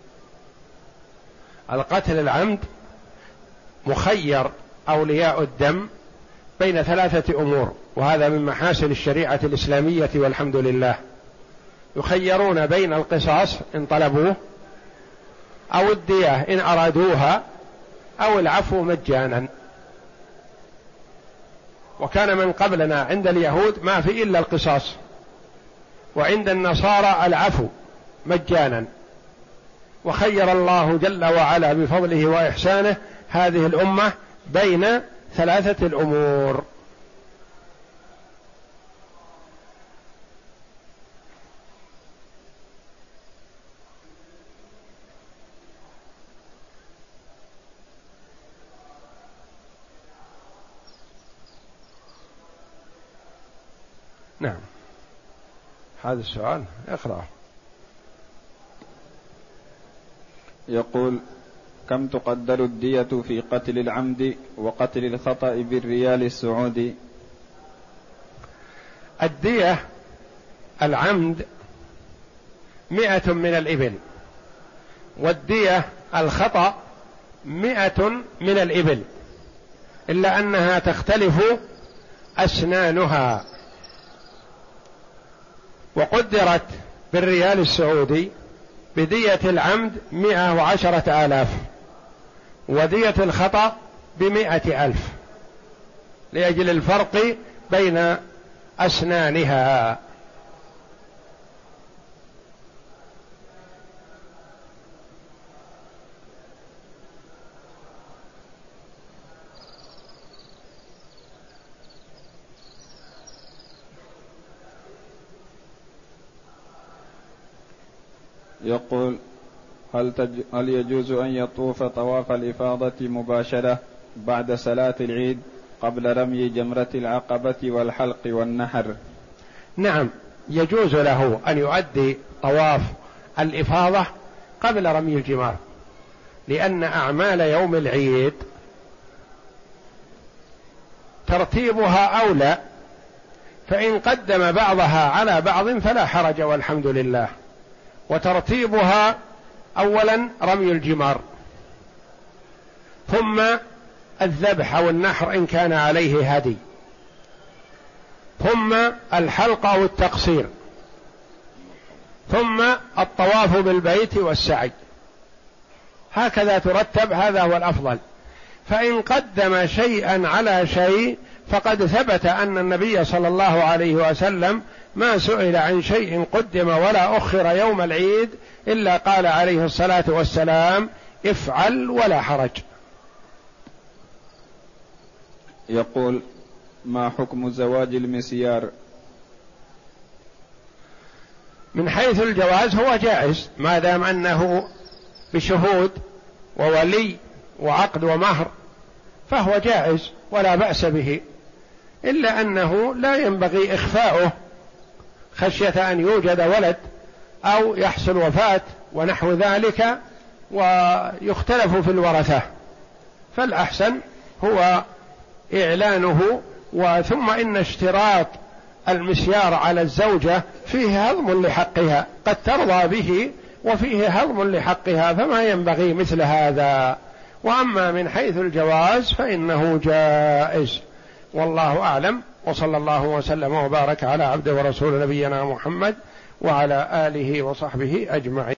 القتل العمد مخير أولياء الدم بين 3 أمور، وهذا من محاسن الشريعة الإسلامية والحمد لله. يخيرون بين القصاص إن طلبوه، أو الدية إن أرادوها، أو العفو مجانا. وكان من قبلنا عند اليهود ما في إلا القصاص، وعند النصارى العفو مجانا، وخير الله جل وعلا بفضله وإحسانه هذه الأمة بين 3 الأمور. نعم، هذا السؤال اقرأ. يقول: كم تقدر الدية في قتل العمد وقتل الخطأ بالريال السعودي؟ الدية العمد 100 من الإبل، والدية الخطأ 100 من الإبل، إلا أنها تختلف أسنانها. وقدرت بالريال السعودي بدية العمد 110,000، ودية الخطأ 100,000، لأجل الفرق بين أسنانها. يقول: هل يجوز أن يطوف طواف الإفاضة مباشرة بعد صلاة العيد قبل رمي جمرة العقبة والحلق والنحر؟ نعم، يجوز له أن يؤدي طواف الإفاضة قبل رمي الجمار، لأن أعمال يوم العيد ترتيبها أولى، فإن قدم بعضها على بعض فلا حرج والحمد لله. وترتيبها أولا رمي الجمار، ثم الذبح أو النحر إن كان عليه هدي، ثم الحلق أو التقصير، ثم الطواف بالبيت والسعي، هكذا ترتب، هذا هو الأفضل. فإن قدم شيئا على شيء فقد ثبت أن النبي صلى الله عليه وسلم ما سئل عن شيء قدم ولا أخر يوم العيد إلا قال عليه الصلاة والسلام: افعل ولا حرج. يقول: ما حكم زواج المسيار؟ من حيث الجواز هو جائز، ما دام أنه بشهود وولي وعقد ومهر فهو جائز ولا بأس به، إلا أنه لا ينبغي إخفاؤه خشية أن يوجد ولد أو يحصل وفاة ونحو ذلك ويختلف في الورثة، فالأحسن هو إعلانه. وثم إن اشتراط المسيار على الزوجة فيه هضم لحقها، قد ترضى به وفيه هضم لحقها، فما ينبغي مثل هذا. وأما من حيث الجواز فإنه جائز، والله أعلم. وصلى الله وسلم وبارك على عبده ورسول نبينا محمد وعلى آله وصحبه أجمعين.